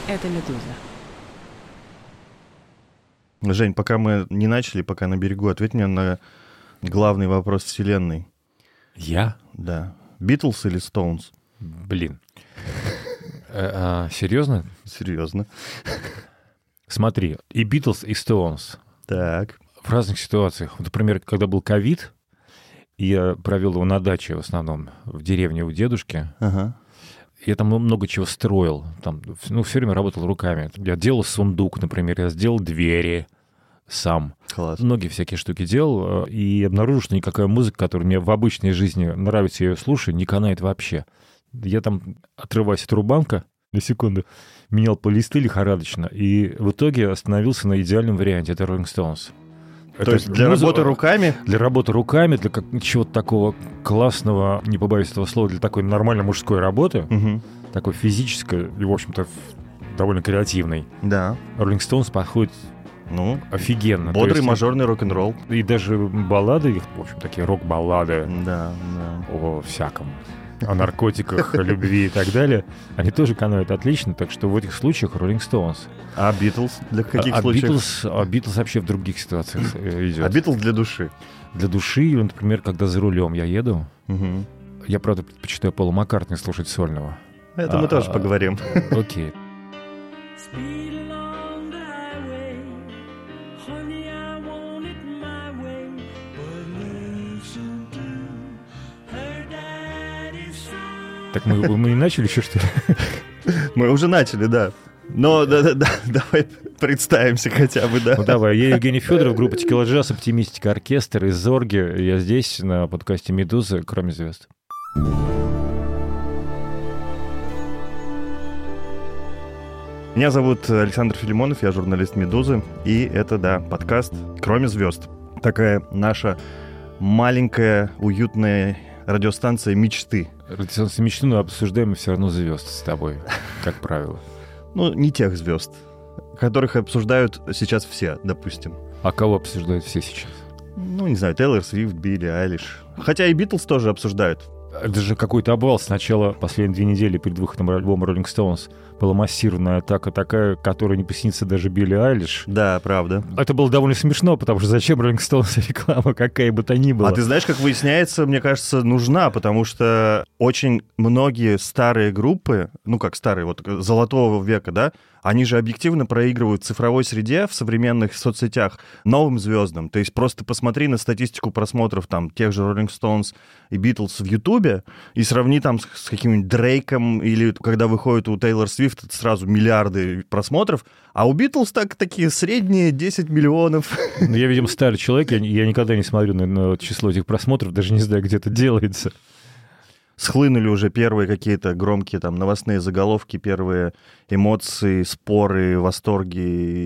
Это «Медуза». Жень, пока мы не начали, пока на берегу, ответь мне на главный вопрос вселенной. Я? Да. Битлз или Стоунс? Блин. Серьезно? Серьезно. Смотри, и Битлз, и Стоунс. Так. В разных ситуациях. Вот, например, когда был ковид, я провел его на даче в основном, в деревне у дедушки. Ага. Я там много чего строил. Там, все время работал руками. Я делал сундук, например, я сделал двери сам. Класс. Многие всякие штуки делал. И обнаружил, что никакая музыка, которая мне в обычной жизни нравится, я ее слушаю, не канает вообще. Я там, отрываясь от рубанка, на секунду, менял плейлисты лихорадочно. И в итоге остановился на идеальном варианте. Это Rolling Stones. То есть для работы руками? Для работы руками, для чего-то такого классного, не побоюсь этого слова, для такой нормальной мужской работы, такой физической и, в общем-то, довольно креативной. Да. Rolling Stones подходит офигенно. Бодрый мажорный рок-н-ролл. И даже баллады, в общем, такие рок-баллады да. О всяком. О наркотиках, о любви и так далее, они тоже канают отлично, так что в этих случаях Rolling Stones. А Битлз для каких случаев? Битлз вообще в других ситуациях идет. А Битлз для души? Для души, например, когда за рулем я еду, я, правда, предпочитаю Пола Маккартни слушать сольного. Это мы тоже поговорим. Окей. Так мы не начали еще, что ли? Мы уже начали, да. Но давай представимся хотя бы, да. Ну давай, я Евгений Федоров, группа Текила Джаз, Оптимистика Оркестр из Зорги. Я здесь на подкасте «Медуза», кроме звезд. Меня зовут Александр Филимонов, я журналист «Медузы». И это, да, подкаст «Кроме звезд». Такая наша маленькая, уютная радиостанция мечты. Радиостанция мечты, но обсуждаем мы все равно звезд с тобой, как правило. Ну, не тех звезд, которых обсуждают сейчас все, допустим. А кого обсуждают все сейчас? Ну, не знаю, Тейлор Свифт, Билли Айлиш. Хотя и Битлз тоже обсуждают. Это же какой-то обвал. Сначала, последние 2 недели перед выходом альбома Rolling Stones, была массированная атака такая, которая не приснится даже Билли Айлиш. Да, правда. Это было довольно смешно, потому что зачем Rolling Stones реклама, какая бы то ни была. А ты знаешь, как выясняется, мне кажется, нужна, потому что очень многие старые группы, ну как старые, вот золотого века, да, они же объективно проигрывают в цифровой среде, в современных соцсетях новым звездам. То есть просто посмотри на статистику просмотров там тех же Rolling Stones и Beatles в Ютубе и сравни там с каким-нибудь Дрейком или когда выходит у Тейлор Свифт, это сразу миллиарды просмотров, а у Beatles такие средние 10 миллионов. Ну, я, видимо, старый человек, я никогда не смотрю на число этих просмотров, даже не знаю, где это делается. Схлынули уже первые какие-то громкие там новостные заголовки, первые эмоции, споры, восторги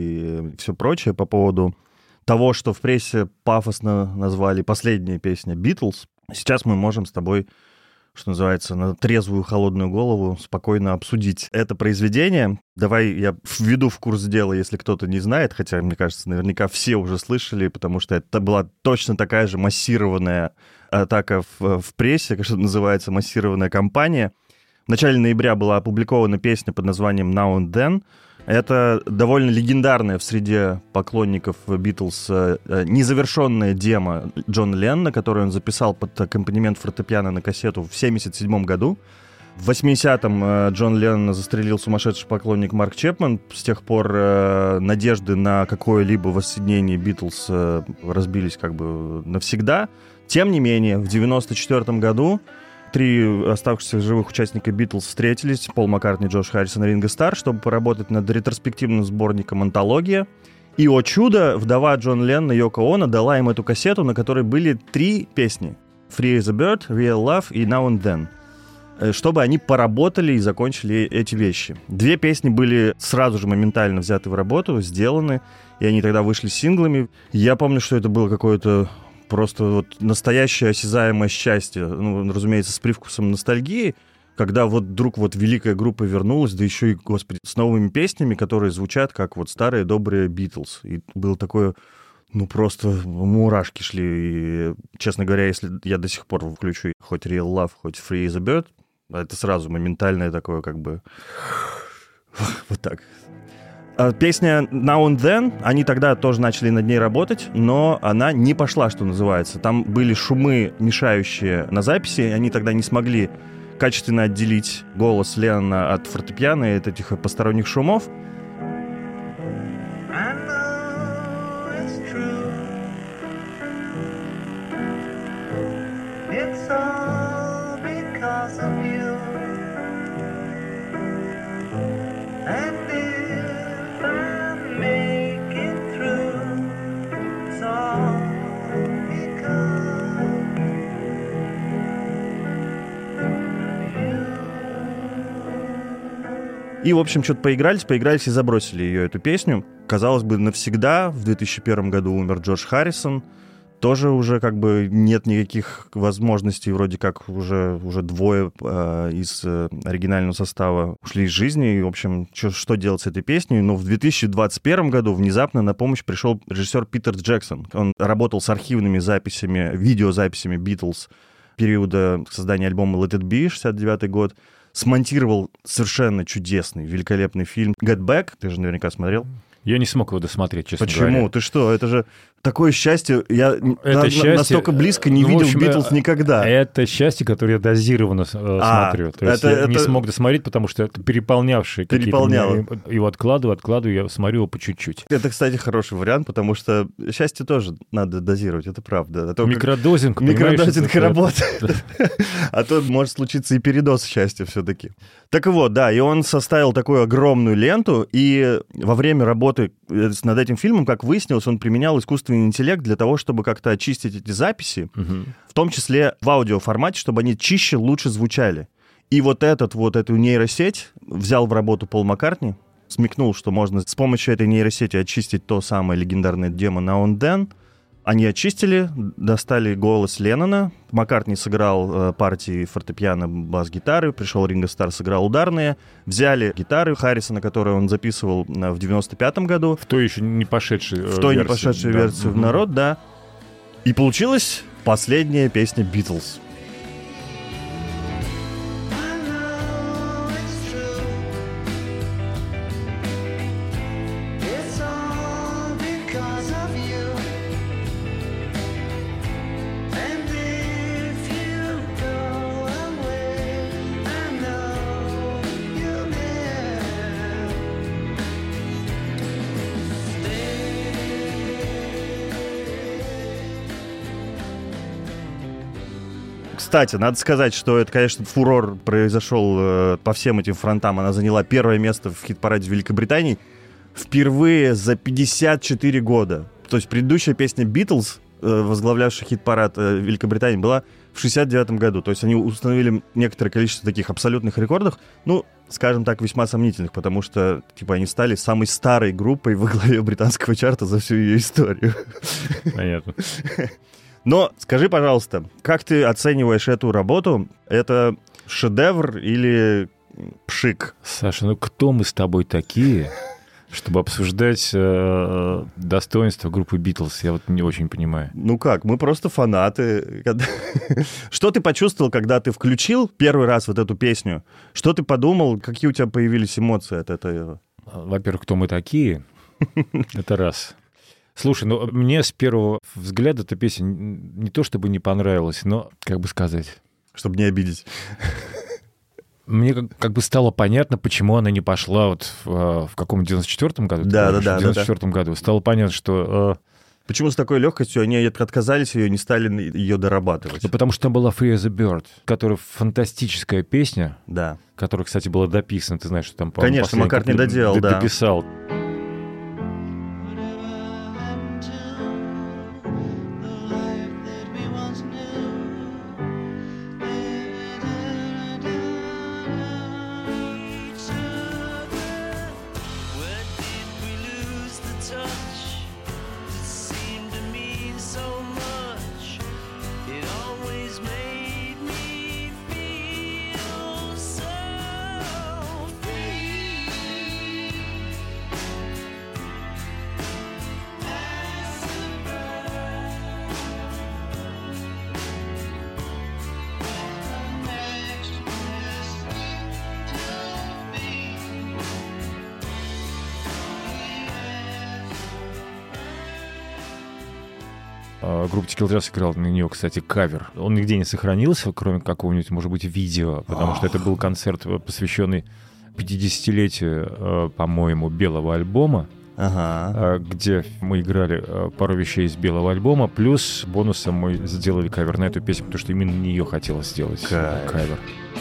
и все прочее по поводу того, что в прессе пафосно назвали последняя песня «Битлз». Сейчас мы можем с тобой, что называется, на трезвую холодную голову спокойно обсудить это произведение. Давай я введу в курс дела, если кто-то не знает, хотя, мне кажется, наверняка все уже слышали, потому что это была точно такая же массированная атака в прессе, что называется, массированная кампания. В начале ноября была опубликована песня под названием «Now and Then». Это довольно легендарная в среде поклонников Битлз незавершенная демо Джона Леннона, которую он записал под аккомпанемент фортепиано на кассету в 1977 году. В 80-м Джон Леннона застрелил сумасшедший поклонник Марк Чепман. С тех пор надежды на какое-либо воссоединение Битлз разбились как бы навсегда. Тем не менее, в 1994 году 3 оставшихся живых участника Битлз встретились, Пол Маккартни, Джордж Харрисон и Ринго Старр, чтобы поработать над ретроспективным сборником «Антология». И, о чудо, вдова Джона Леннона Йоко Оно дала им эту кассету, на которой были 3 песни. «Free as a Bird», «Real Love» и «Now and Then», чтобы они поработали и закончили эти вещи. 2 песни были сразу же моментально взяты в работу, сделаны, и они тогда вышли синглами. Я помню, что это было какое-то просто вот настоящее осязаемое счастье, ну, разумеется, с привкусом ностальгии, когда вот вдруг вот великая группа вернулась, да еще и, господи, с новыми песнями, которые звучат как вот старые добрые Битлз. И было такое, ну, просто мурашки шли. И, честно говоря, если я до сих пор включу хоть Real Love, хоть Free as a Bird, это сразу моментальное такое как бы Вот так. Песня Now and Then, они тогда тоже начали над ней работать, но она не пошла, что называется. Там были шумы, мешающие на записи, они тогда не смогли качественно отделить голос Леннона от фортепиано и от этих посторонних шумов. И, в общем, что-то поигрались и забросили ее, эту песню. Казалось бы, навсегда. В 2001 году умер Джордж Харрисон. Тоже уже как бы нет никаких возможностей, вроде как уже двое из оригинального состава ушли из жизни. И, в общем, что делать с этой песней? Но в 2021 году внезапно на помощь пришел режиссер Питер Джексон. Он работал с архивными записями, видеозаписями Beatles периода создания альбома Let It Be, 69 год. Смонтировал совершенно чудесный, великолепный фильм «Get Back». Ты же наверняка смотрел. Я не смог его досмотреть, честно говоря. Почему? Ты что? Это же такое счастье. Я настолько близко не видел Битлз никогда. Это счастье, которое я дозированно смотрю. То есть я не смог досмотреть, потому что это переполнявшие какие-то... Его откладываю, я смотрю его по чуть-чуть. Это, кстати, хороший вариант, потому что счастье тоже надо дозировать, это правда. Микродозинг, Микродозинг работает. А то может случиться и передоз счастья все-таки. Так вот, да, и он составил такую огромную ленту, и во время работы над этим фильмом, как выяснилось, он применял искусственный интеллект для того, чтобы как-то очистить эти записи, в том числе в аудиоформате, чтобы они чище, лучше звучали. И вот эту нейросеть взял в работу Пол Маккартни, смекнул, что можно с помощью этой нейросети очистить то самое легендарное демо Now and Then. Они очистили, достали голос Леннона. Маккартни сыграл партии фортепиано, бас-гитары. Пришел Ринго Старр, сыграл ударные. Взяли гитары Харрисона, которые он записывал в 95-м году. В той еще не пошедшей версии в народ, да. И получилась последняя песня «Битлз». Кстати, надо сказать, что это, конечно, фурор произошел по всем этим фронтам. Она заняла первое место в хит-параде Великобритании впервые за 54 года. То есть предыдущая песня «Битлз», возглавлявшая хит-парад Великобритании, была в 69 году. То есть они установили некоторое количество таких абсолютных рекордов, ну, скажем так, весьма сомнительных, потому что, типа, они стали самой старой группой во главе британского чарта за всю ее историю. Понятно. Но скажи, пожалуйста, как ты оцениваешь эту работу? Это шедевр или пшик? Саша, ну кто мы с тобой такие, чтобы обсуждать достоинства группы Битлз? Я вот не очень понимаю. Ну как, мы просто фанаты. Что ты почувствовал, когда ты включил первый раз вот эту песню? Что ты подумал? Какие у тебя появились эмоции от этого? Во-первых, кто мы такие? Это раз. Слушай, ну мне с первого взгляда эта песня не то чтобы не понравилась, но, как бы сказать... Чтобы не обидеть. Мне как бы стало понятно, почему она не пошла вот в каком-то 94-м году. Да. В 94-м году. Стало понятно, что... Почему с такой легкостью они отказались ее, не стали ее дорабатывать? Ну, потому что там была Free as a Bird, которая фантастическая песня, да. Которая, кстати, была дописана. Ты знаешь, что там... Конечно, Маккартни доделал, да. Дописал. группа Tequila Jazz играла на нее, кстати, кавер. Он нигде не сохранился, кроме какого-нибудь, может быть, видео, потому что это был концерт, посвященный 50-летию, по-моему, белого альбома, где мы играли пару вещей из белого альбома, плюс бонусом мы сделали кавер на эту песню, потому что именно на нее хотелось сделать кавер.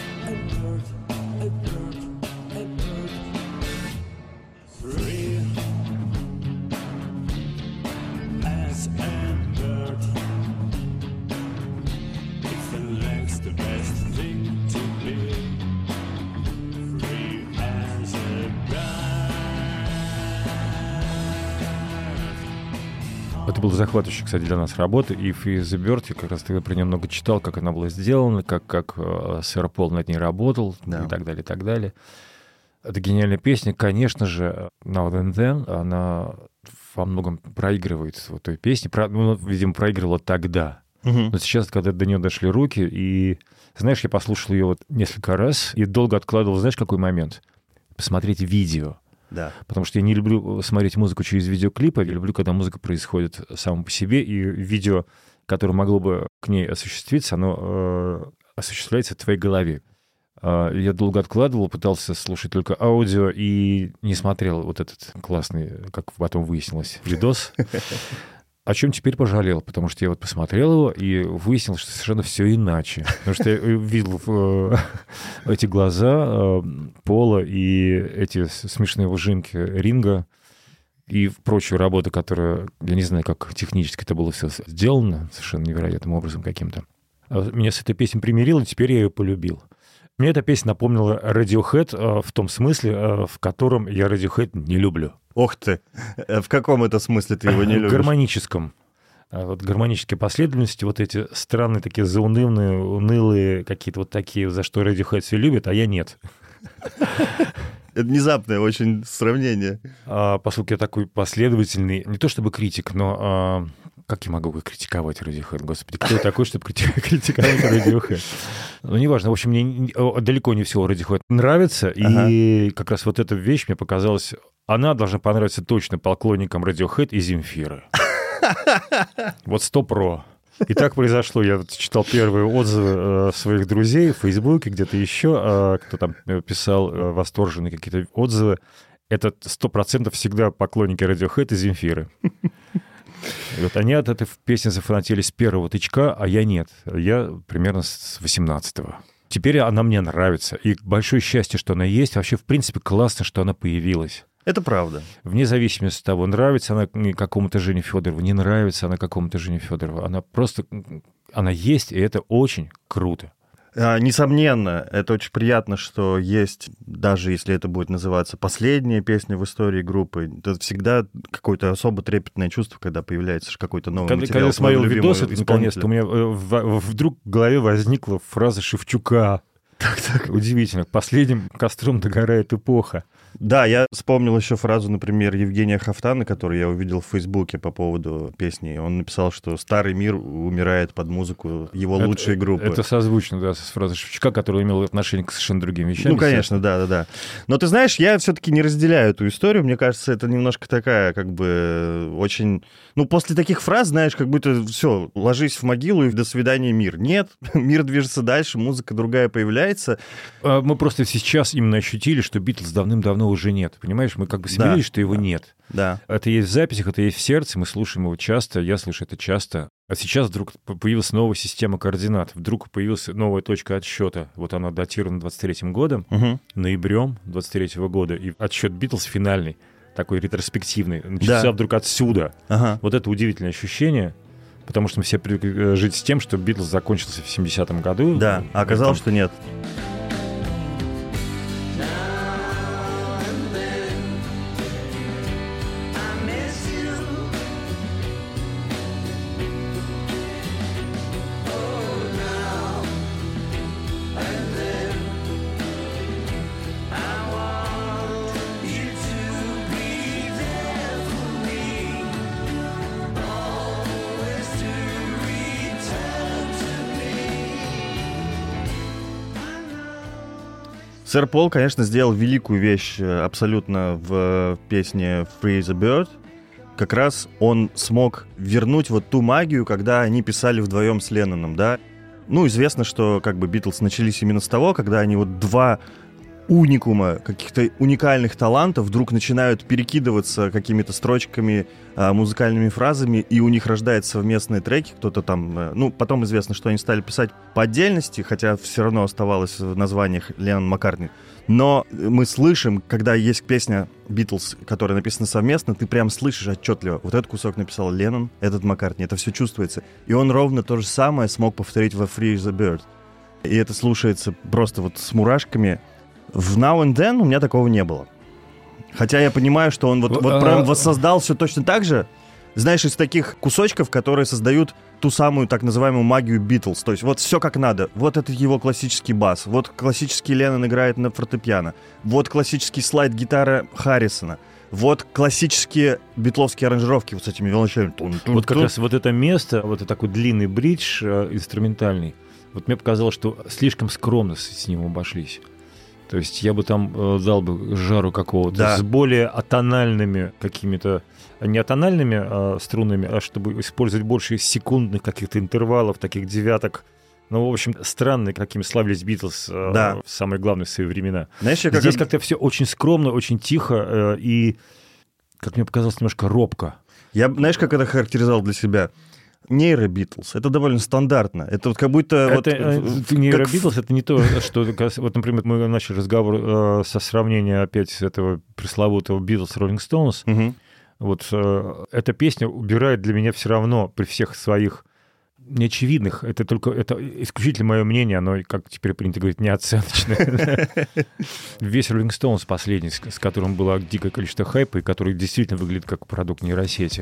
Это была захватывающая, кстати, для нас работа. И Free the Bird, я как раз тогда про нее много читал, как она была сделана, как сэр Пол над ней работал, и так далее, и так далее. Это гениальная песня. Конечно же, Now and Then, она во многом проигрывает вот той песне. Видимо, проигрывала тогда. Но сейчас, когда до нее дошли руки, и, знаешь, я послушал ее вот несколько раз и долго откладывал, знаешь, какой момент? Посмотреть видео. Да. Потому что я не люблю смотреть музыку через видеоклипы, я люблю, когда музыка происходит само по себе, и видео, которое могло бы к ней осуществиться, оно осуществляется в твоей голове. Я долго откладывал, пытался слушать только аудио и не смотрел вот этот классный, как потом выяснилось, видос. О чем теперь пожалел, потому что я вот посмотрел его и выяснил, что совершенно все иначе. Потому что я видел эти глаза Пола и эти смешные выжимки Ринга и прочую работу, которая, я не знаю, как технически это было все сделано, совершенно невероятным образом каким-то. Меня с этой песней примирило, и теперь я ее полюбил. Мне эта песня напомнила Radiohead в том смысле, в котором я Radiohead не люблю. Ох ты! В каком это смысле ты его не любишь? В гармоническом. Вот гармонические последовательности, вот эти странные такие заунывные, унылые, какие-то вот такие, за что Radiohead все любят, а я нет. Это внезапное очень сравнение. Поскольку я такой последовательный, не то чтобы критик, но как я могу критиковать Radiohead? Господи, кто я такой, чтобы критиковать Radiohead? Ну, неважно. В общем, мне далеко не все Radiohead нравится, и как раз вот эта вещь мне показалась, она должна понравиться точно поклонникам Radiohead и Земфиры. Вот 100%. И так произошло. Я читал первые отзывы своих друзей в Фейсбуке, где-то еще, кто там писал восторженные какие-то отзывы. Это 100% всегда поклонники Radiohead и Земфиры. И вот они от этой песни зафанатели с первого тычка, а я нет. Я примерно с 18-го. Теперь она мне нравится. И большое счастье, что она есть. Вообще, в принципе, классно, что она появилась. Это правда. Вне зависимости от того, нравится она какому-то Жене Федорову, не нравится она какому-то Жене Федорову. Она просто... Она есть, и это очень круто. Несомненно, это очень приятно, что есть, даже если это будет называться последняя песня в истории группы, это всегда какое-то особо трепетное чувство, когда появляется какой-то новый материал. Когда я смотрел видос, наконец-то у меня вдруг в голове возникла фраза Шевчука. Так. Удивительно. Последним костром догорает эпоха. Да, я вспомнил еще фразу, например, Евгения Хафтана, которую я увидел в Фейсбуке по поводу песни. Он написал, что старый мир умирает под музыку его лучшей группы. Это созвучно, да, с фразой Шевчука, который имел отношение к совершенно другим вещам. Ну, конечно, да. Но ты знаешь, я все-таки не разделяю эту историю. Мне кажется, это немножко такая, как бы, очень... Ну, после таких фраз, знаешь, как будто все, ложись в могилу и до свидания, мир. Нет, мир движется дальше, музыка другая появляется. Мы просто сейчас именно ощутили, что Битлз давным-давно уже нет. Понимаешь, мы как бы смирились, что его нет. Да. Это есть в записях, это есть в сердце, мы слушаем его часто, я слушаю это часто. А сейчас вдруг появилась новая система координат, вдруг появилась новая точка отсчета. Вот она датирована 23-м годом, ноябрем 23-го года, и отсчет Битлз финальный, такой ретроспективный, начался вдруг отсюда. Вот это удивительное ощущение, потому что мы все привыкли жить с тем, что Битлз закончился в 70-м году. Да, а оказалось, что нет. Сэр Пол, конечно, сделал великую вещь абсолютно в песне Free the Bird, как раз он смог вернуть вот ту магию, когда они писали вдвоем с Ленноном, да. Ну, известно, что как бы Битлз начались именно с того, когда они вот два уникума, каких-то уникальных талантов вдруг начинают перекидываться какими-то строчками, музыкальными фразами, и у них рождаются совместные треки, кто-то там... Ну, потом известно, что они стали писать по отдельности, хотя все равно оставалось в названиях Леннон Маккартни. Но мы слышим, когда есть песня Битлз, которая написана совместно, ты прям слышишь отчетливо. Вот этот кусок написал Леннон, этот Маккартни, это все чувствуется. И он ровно то же самое смог повторить во Free the Bird. И это слушается просто вот с мурашками. В Now and Then у меня такого не было. Хотя я понимаю, что он вот прям воссоздал все точно так же. Знаешь, из таких кусочков, которые создают ту самую так называемую магию Битлз. То есть вот все как надо. Вот это его классический бас. Вот классический Леннон играет на фортепиано. Вот классический слайд гитары Харрисона. Вот классические битловские аранжировки вот с этими величами. Вот как раз вот это место, вот это такой длинный бридж инструментальный. Вот мне показалось, что слишком скромно с ним обошлись. То есть я бы там дал бы жару какого-то, да, с более атональными какими-то, не атональными струнами, а чтобы использовать больше секундных каких-то интервалов, таких девяток. Ну, в общем, странные, какими славились Битлз, да, в самые главные свои времена. Знаешь, здесь как-то все очень скромно, очень тихо и, как мне показалось, немножко робко. Я, знаешь, как это характеризовал для себя? Нейро-Битлз. Это довольно стандартно. Это вот как будто... Нейро-Битлз — это не то, что... Вот, например, мы начали разговор со сравнения опять этого пресловутого Битлз-Роллинг Стоунс. Вот эта песня убирает для меня все равно при всех своих неочевидных. Это исключительно мое мнение, оно, как теперь принято говорить, неоценочное. Весь Роллинг Стоунс последний, с которым было дикое количество хайпа, и который действительно выглядит как продукт нейросети.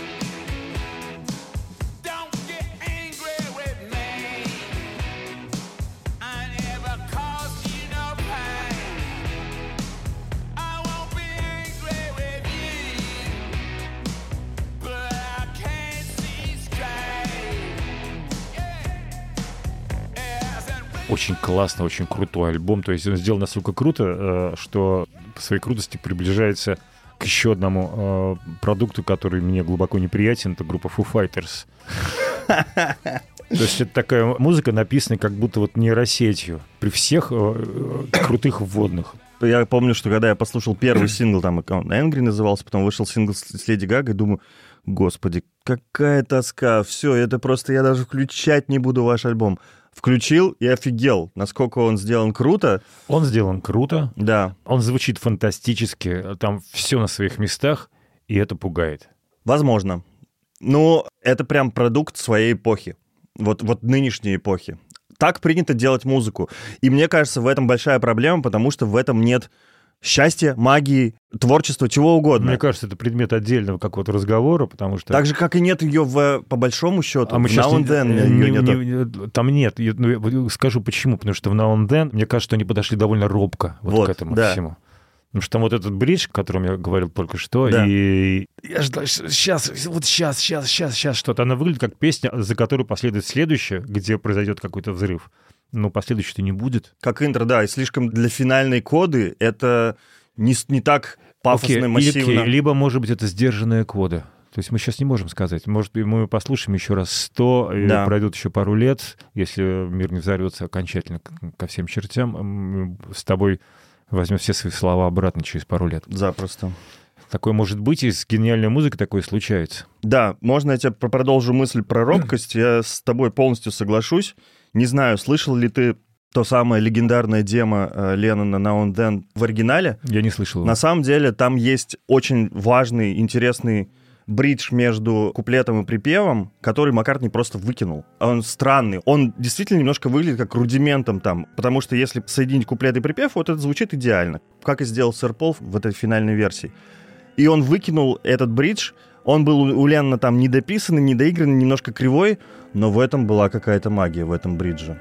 Очень классно, очень крутой альбом. То есть он сделан настолько круто, что по своей крутости приближается к еще одному продукту, который мне глубоко неприятен. Это группа Foo Fighters. То есть это такая музыка, написанная как будто вот нейросетью при всех крутых вводных. Я помню, что когда я послушал первый сингл, там аккаунт Angry назывался, потом вышел сингл с Леди Гагой, думаю, господи, какая тоска, все, это просто я даже включать не буду ваш альбом. Включил и офигел, насколько он сделан круто. Он сделан круто. Да. Он звучит фантастически, там все на своих местах, и это пугает. Возможно. Но это прям продукт своей эпохи. Вот нынешней эпохи. Так принято делать музыку. И мне кажется, в этом большая проблема, потому что в этом нет счастья, магии, творчества, чего угодно. Мне кажется, это предмет отдельного какого-то разговора, потому что... Так же, как и нет ее по большому счету. В Now and Then ее нету. Там нет. Скажу почему. Потому что в Now and Then, мне кажется, что они подошли довольно робко вот к этому всему. Потому что там вот этот бридж, о котором я говорил только что, да. И я ждал, сейчас что-то. Она выглядит как песня, за которой последует следующая, где произойдет какой-то взрыв. Но последующей-то не будет. Как интро, да, и слишком для финальной коды это не так пафосно, массивно. Либо, может быть, это сдержанная кода. То есть мы сейчас не можем сказать. Может быть, мы послушаем еще раз 100, да. И пройдут еще пару лет, если мир не взорвется окончательно ко всем чертям, мы с тобой возьмем все свои слова обратно через пару лет. Запросто. Такое может быть, и с гениальной музыкой такое случается. Да, можно я тебе продолжу мысль про робкость? Я с тобой полностью соглашусь. Не знаю, слышал ли ты то самое легендарное демо Леннона Now and Then в оригинале? Я не слышал. На самом деле там есть очень важный, интересный бридж между куплетом и припевом, который Маккартни просто выкинул. Он странный. Он действительно немножко выглядит как рудиментом там, потому что если соединить куплет и припев, вот это звучит идеально, как и сделал сэр Пол в этой финальной версии. И он выкинул этот бридж. Он был у Леннона там недописанный, недоигранный, немножко кривой, но в этом была какая-то магия, в этом бридже.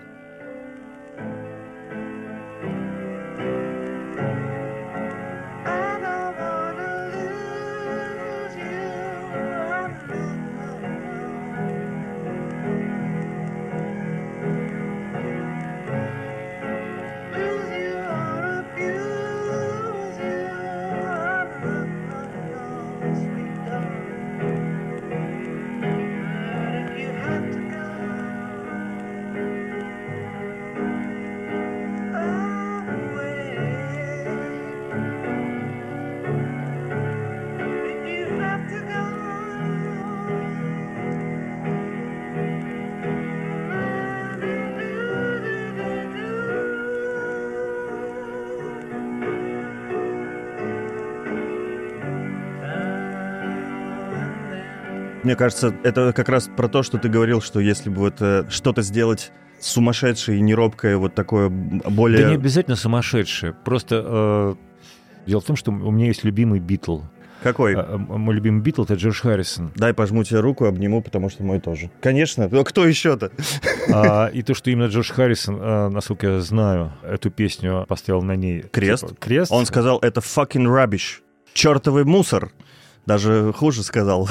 Мне кажется, это как раз про то, что ты говорил, что если бы вот что-то сделать сумасшедшее и неробкое, вот такое более... Да не обязательно сумасшедшее. Просто дело в том, что у меня есть любимый Битл. Какой? Мой любимый Битл — это Джордж Харрисон. Дай пожму тебе руку, обниму, потому что мой тоже. Конечно, но кто еще-то? И то, что именно Джордж Харрисон, насколько я знаю, эту песню поставил на ней... Крест. Типа, крест. Он сказал, это fucking rubbish. Чертовый мусор. Даже хуже сказал.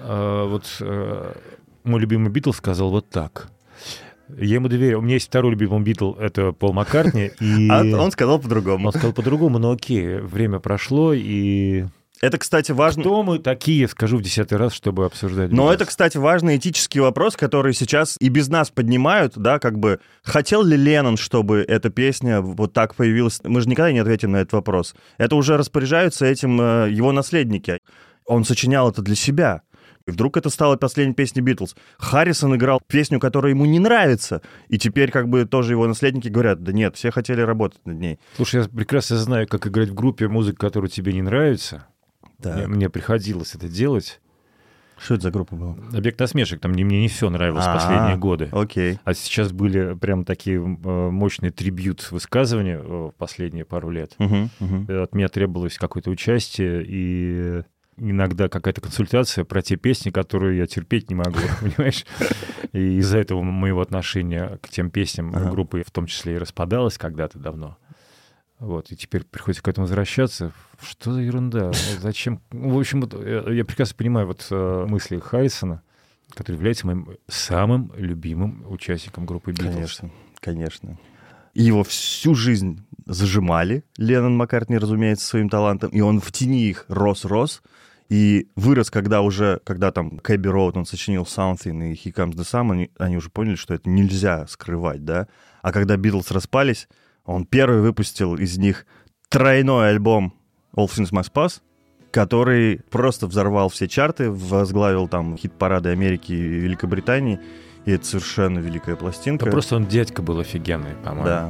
Мой любимый Битл сказал вот так. Я ему доверяю. У меня есть второй любимый Битл, это Пол Маккартни. И... А он сказал по-другому. Он сказал по-другому, но окей, время прошло, и... Это, кстати, важно... Кто мы такие, скажу в 10-й раз, чтобы обсуждать? Но это, кстати, важный этический вопрос, который сейчас и без нас поднимают, да, как бы, хотел ли Леннон, чтобы эта песня вот так появилась? Мы же никогда не ответим на этот вопрос. Это уже распоряжаются этим его наследники. Он сочинял это для себя. И вдруг это стало последней песней Битлз. Харрисон играл песню, которая ему не нравится. И теперь как бы тоже его наследники говорят, да нет, все хотели работать над ней. Слушай, я прекрасно знаю, как играть в группе музыку, которая тебе не нравится. Да. Мне приходилось это делать. Что это за группа была? «Объект насмешек». Там мне не все нравилось последние годы. Окей. А сейчас были прям такие мощные трибьют-высказывания в последние пару лет. От меня требовалось какое-то участие и иногда какая-то консультация про те песни, которые я терпеть не могу, понимаешь? И из-за этого моего отношения к тем песням группы в том числе и распадалась когда-то давно. Вот, и теперь приходится к этому возвращаться. Что за ерунда? Зачем? В общем, вот, я прекрасно понимаю вот мысли Харрисона, который является моим самым любимым участником группы Битлз. Конечно, конечно. И его всю жизнь зажимали, Леннон Маккартни, разумеется, своим талантом, и он в тени их рос, и вырос, когда там Кэбби Роуд, он сочинил Something и Here Comes the Sun, они уже поняли, что это нельзя скрывать, да? А когда Битлз распались, он первый выпустил из них тройной альбом All Things Must Pass, который просто взорвал все чарты, возглавил там хит-парады Америки и Великобритании, и это совершенно великая пластинка. Да просто он дядька был офигенный, по-моему. Да.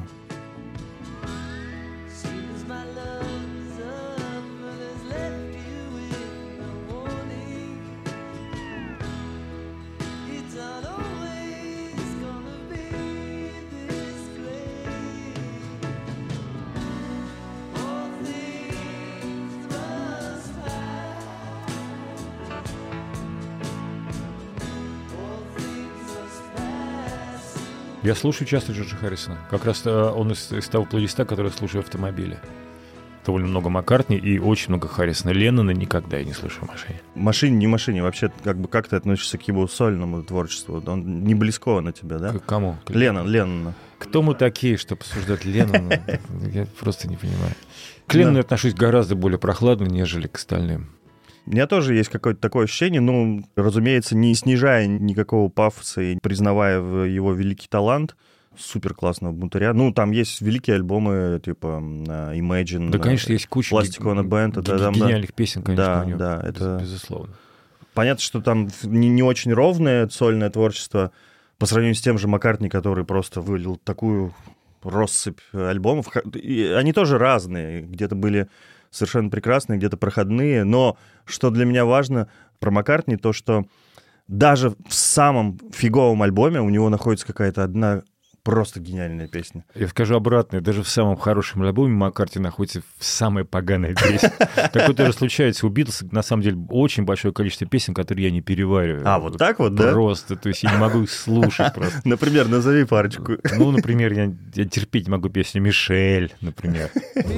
Я слушаю часто Джорджа Харрисона. Как раз он из того плейлиста, который я слушаю в автомобиле. Довольно много Маккартни и очень много Харрисона. Леннона никогда я не слышу в машине. Машине, не машине. Вообще, как ты относишься к его сольному творчеству? Он не близко на тебя, да? К кому? Леннона. Кто мы такие, чтобы обсуждать Леннона? Я просто не понимаю. К Леннону я отношусь гораздо более прохладно, нежели к остальным. У меня тоже есть какое-то такое ощущение, ну, разумеется, не снижая никакого пафоса и признавая его великий талант супер классного бунтаря. Ну, там есть великие альбомы, типа Imagine. Да, конечно, есть куча Plastic Ono Band. Гениальных песен, конечно, у него. Да, это безусловно. Понятно, что там не очень ровное сольное творчество по сравнению с тем же Маккартни, который просто вылил такую россыпь альбомов. И они тоже разные. Где-то были совершенно прекрасные, где-то проходные. Но что для меня важно про Маккартни, то, что даже в самом фиговом альбоме у него находится какая-то одна просто гениальная песня. Я скажу обратное. Даже в самом хорошем альбоме Маккартни находится в самой поганой песне. Такое тоже случается. У Битлз, на самом деле, очень большое количество песен, которые я не перевариваю. А, вот так вот, да? Просто. То есть я не могу их слушать просто. Например, назови парочку. Ну, например, я терпеть не могу песню «Мишель», например.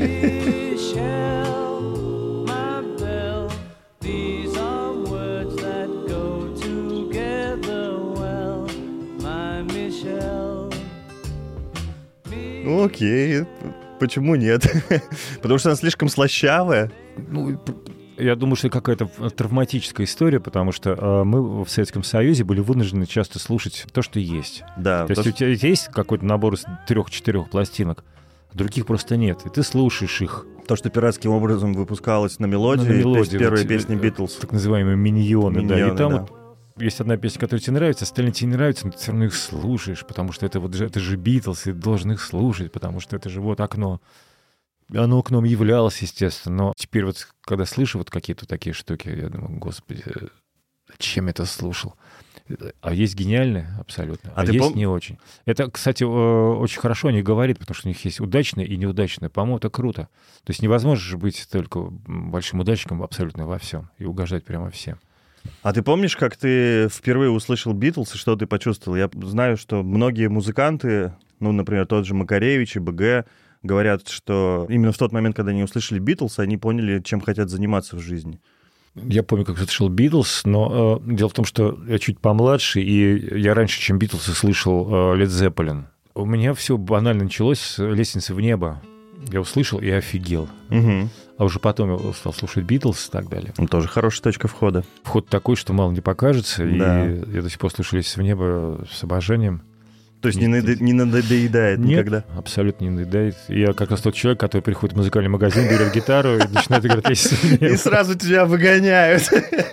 Ну, окей, почему нет? Потому что она слишком слащавая. Ну, я думаю, что это какая-то травматическая история, потому что мы в Советском Союзе были вынуждены часто слушать то, что есть. Да. То есть у тебя есть какой-то набор из 3-4 пластинок, а других просто нет, и ты слушаешь их. То, что пиратским образом выпускалось на мелодии, то есть первые песни Битлз. Так называемые миньоны, да. И там да. вот есть одна песня, которая тебе нравится, остальные тебе не нравятся, но ты все равно их слушаешь, потому что это же Битлз, и ты должен их слушать, потому что это же вот окно. Оно окном являлось, естественно, но теперь вот, когда слышу вот какие-то такие штуки, я думаю, господи, Чем это слушал? А есть гениальные абсолютно, А а ты есть не очень. Это, кстати, очень хорошо они говорят, потому что у них есть удачные и неудачные. По-моему, это круто. То есть невозможно же быть только большим удачником абсолютно во всем и угождать прямо всем. А ты помнишь, как ты впервые услышал Битлз и что ты почувствовал? Я знаю, что многие музыканты, ну, например, тот же Макаревич и БГ, говорят, что именно в тот момент, когда они услышали Битлз, они поняли, чем хотят заниматься в жизни. Я помню, как слышал Битлз, но дело в том, что я чуть помладше, и я раньше, чем Битлз, слышал Led Zeppelin. У меня все банально началось с «Лестницы в небо». Я услышал и офигел. Угу. А уже потом я стал слушать Битлз и так далее. Тоже хорошая точка входа. Вход такой, что мало не покажется, Да. и я до сих пор слушаю «Лестницу в небо» с обожанием. То есть не надоедает Нет, никогда? абсолютно не надоедает. Я как раз тот человек, который приходит в музыкальный магазин, берет гитару и начинает играть «Лестницу в небо». И сразу тебя выгоняют.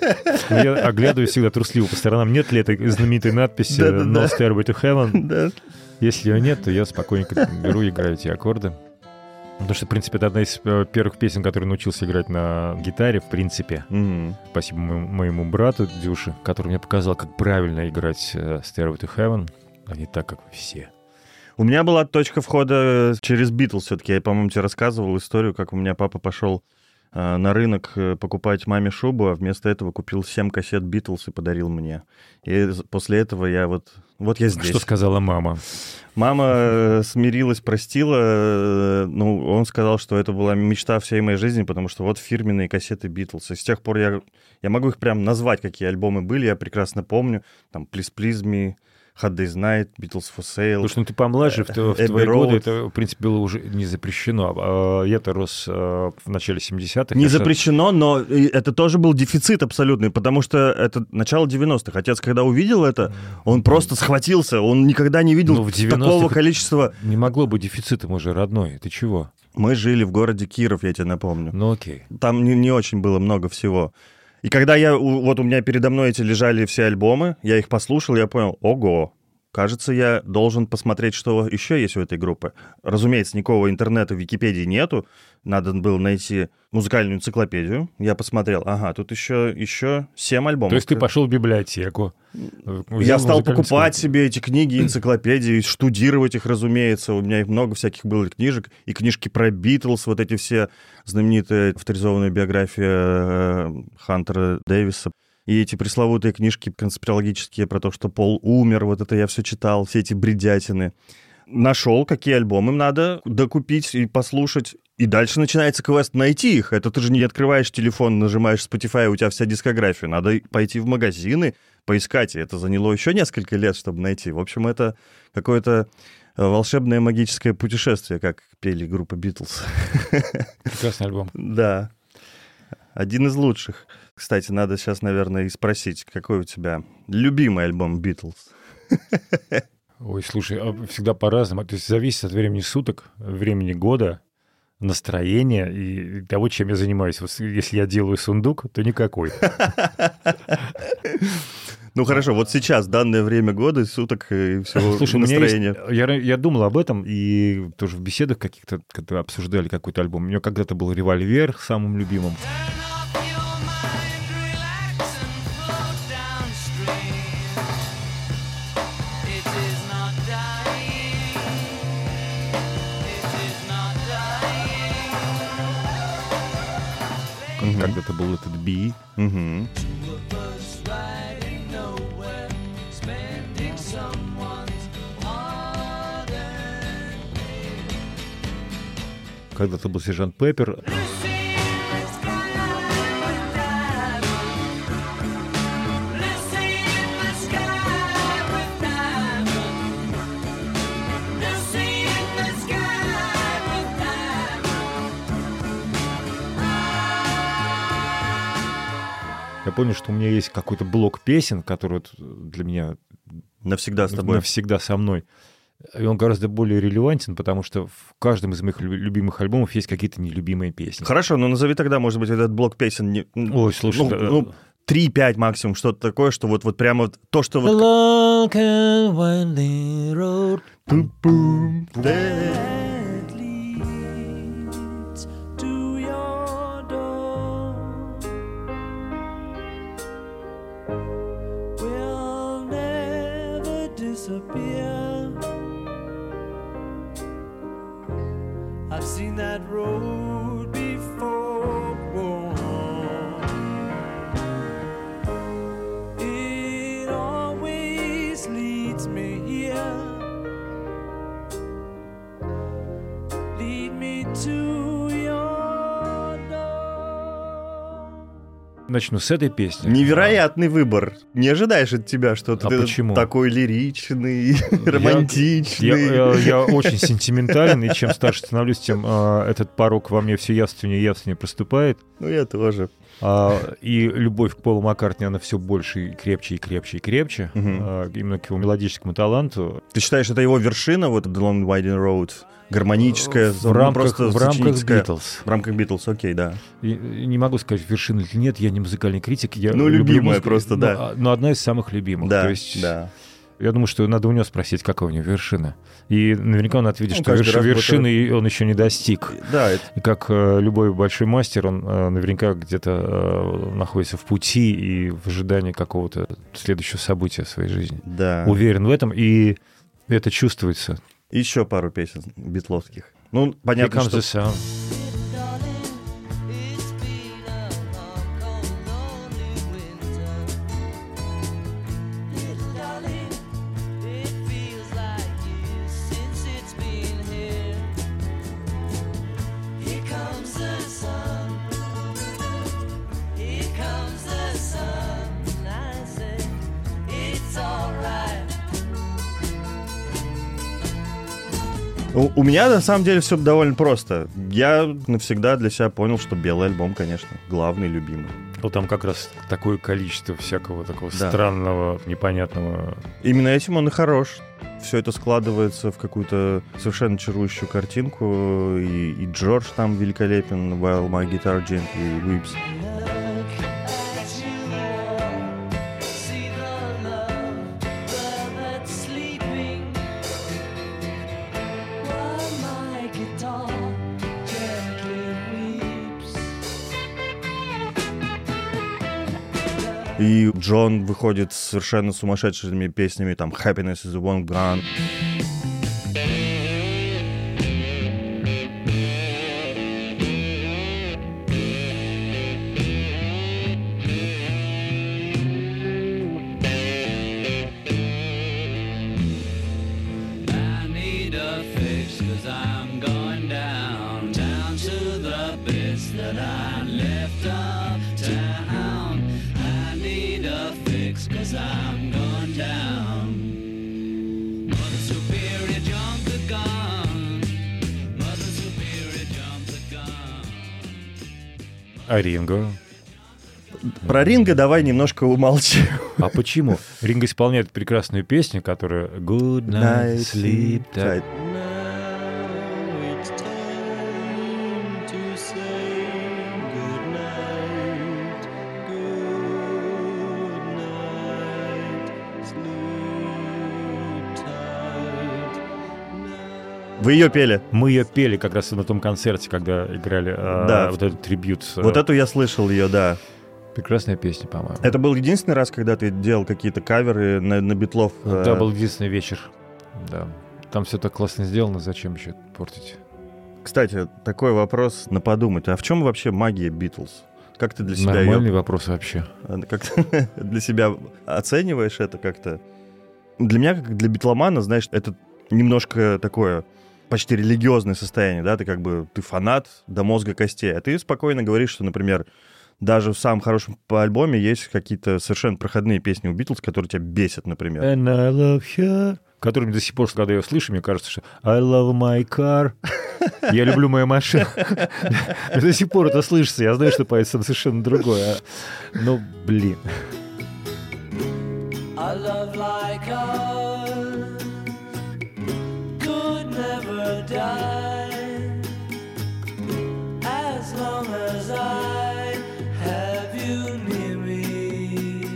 Я оглядываюсь всегда трусливо по сторонам. Нет ли этой знаменитой надписи «No Stairway to Heaven»? Да. Если ее нет, то я спокойненько беру и играю эти аккорды. Потому что, в принципе, это одна из первых песен, которую научился играть на гитаре, в принципе. Мгм. Спасибо моему брату Дюше, который мне показал, как правильно играть «Stairway to Heaven», а не так, как все. У меня была точка входа через Битлз все-таки. Я, по-моему, тебе рассказывал историю, как у меня папа пошел на рынок покупать маме шубу, а вместо этого купил 7 кассет Битлз и подарил мне. И после этого я вот я здесь. Что сказала мама? Мама смирилась, простила. Ну, он сказал, что это была мечта всей моей жизни, потому что вот фирменные кассеты Битлз. И с тех пор я могу их прям назвать, какие альбомы были, я прекрасно помню. Там «Please Please Me», Hard Day's Night, Beatles for Sale. Потому что ты помладше, в Abbey твои Road. годы это, в принципе, было уже не запрещено. Я-то рос в начале 70-х. Не запрещено, но это тоже был дефицит абсолютный, потому что это начало 90-х. Отец, когда увидел это, он просто схватился. Он никогда не видел в 90-х такого количества. Не могло быть дефицитом уже, родной. Ты чего? Мы жили в городе Киров, я тебе напомню. Ну окей. Там не очень было много всего. И когда у меня передо мной эти лежали все альбомы, я их послушал, я понял, ого, кажется, я должен посмотреть, что еще есть у этой группы. Разумеется, никакого интернета в Википедии нету, надо было найти музыкальную энциклопедию. Я посмотрел, ага, тут еще 7 альбомов. То есть ты пошел в библиотеку. Я стал покупать себе эти книги, энциклопедии, штудировать их, разумеется. У меня их много всяких было книжек. И книжки про Битлз, вот эти все знаменитые авторизованные биографии Хантера Дэвиса. И эти пресловутые книжки конспирологические про то, что Пол умер, вот это я все читал, все эти бредятины. Нашел, какие альбомы надо докупить и послушать. И дальше начинается квест найти их. Это ты же не открываешь телефон, нажимаешь Spotify, и у тебя вся дискография. Надо пойти в магазины, поискать. И это заняло еще несколько лет, чтобы найти. В общем, это какое-то волшебное магическое путешествие, как пели группа Битлз. Прекрасный альбом. Да. Один из лучших. Кстати, надо сейчас, наверное, и спросить, какой у тебя любимый альбом Битлз? Ой, слушай, всегда по-разному. То есть зависит от времени суток, времени года, настроения и того, чем я занимаюсь. Вот если я делаю сундук, то никакой. Ну хорошо, вот сейчас, данное время года, суток и всего настроения. Я думал об этом, и тоже в беседах каких-то, когда обсуждали какой-то альбом. У меня когда-то был «Револьвер» самым любимым. Когда-то был этот «Би». Когда-то был «Сержант Пеппер». Я помню, что у меня есть какой-то блок песен, который для меня навсегда с тобой. Навсегда со мной. И он гораздо более релевантен, потому что в каждом из моих любимых альбомов есть какие-то нелюбимые песни. Хорошо, но назови тогда, может быть, этот блок песен. Ой, слушай, 3-5 максимум, что-то такое, что вот прямо вот то, что вот... Long and winding road. road before one. It always leads me here. Lead me to your door. Начну с этой песни. Невероятный выбор. Не ожидаешь от тебя, что ты почему? такой лиричный, романтичный. Я очень сентиментален, и чем старше становлюсь, тем этот порог во мне все явственнее и явственнее проступает. Ну, я тоже. И любовь к Полу Маккартни, она все больше и крепче, и крепче, и крепче. Именно к его мелодическому таланту. Ты считаешь, это его вершина, вот The Long Winding Road? Гармоническая, в рамках сочинительская? Битлз. В рамках Битлз, окей, да. И не могу сказать, вершина или нет, я не музыкальный критик. Я Ну, люблю любимая музыку, просто, да. Но одна из самых любимых. Да, То есть, да. я думаю, что надо у него спросить, какая у него вершина. И наверняка он ответит, что каждый раз вершины он еще не достиг. Да, И как любой большой мастер, он наверняка где-то находится в пути и в ожидании какого-то следующего события в своей жизни. да. Уверен в этом, и это чувствуется. Еще пару песен битловских. Ну, понятно, Here comes что... the sun. It's been a long, cold, lonely winter. Little darling, it feels like years since it's been here. Here comes the sun. Here comes the sun. I say it's alright. У меня, на самом деле, все довольно просто. Я навсегда для себя понял, что белый альбом, конечно, главный, любимый. Ну, там как раз такое количество всякого такого Да. странного, непонятного. Именно этим он и хорош. Все это складывается в какую-то совершенно чарующую картинку. И Джордж там великолепен, While My Guitar Gently Weeps. See the love that's sleeping while my guitar gently weeps. И Джон выходит с совершенно сумасшедшими песнями, там Happiness is a One Gun. I need a fix 'cause I'm going down to the bits that I left uptown. I need a fix 'cause I'm going down. Mother Superior jumped the gun. Mother Superior jumped the gun. А Ринго? Про Ринга давай немножко умолчим. А почему? Ринго исполняет прекрасную песню, которая Good Night, Sleep Tight. Now it's time to say goodnight, goodnight, sleep tight. Вы ее пели? Мы ее пели как раз на том концерте, когда играли Да. вот этот трибют. Вот эту я слышал ее, да. Прекрасная песня, по-моему. Это был единственный раз, когда ты делал какие-то каверы на битлов? Да, был единственный вечер. Да. Там все так классно сделано, зачем еще портить? Кстати, такой вопрос на подумать. А в чем вообще магия Битлз? Как ты для себя Нормальный ее... вопрос вообще. Как ты для себя оцениваешь это как-то? Для меня, как для битломана, знаешь, это немножко такое почти религиозное состояние, да? Ты фанат до мозга костей. А ты спокойно говоришь, что, например, даже в самом хорошем по альбоме есть какие-то совершенно проходные песни у Битлз, которые тебя бесят, например. And I love her. Которыми до сих пор, когда я слышу, мне кажется, что I love my car. Я люблю мою машину. До сих пор это слышится. Я знаю, что поется совершенно другое. Ну, блин. A love like ours could never die as long as I have you near me.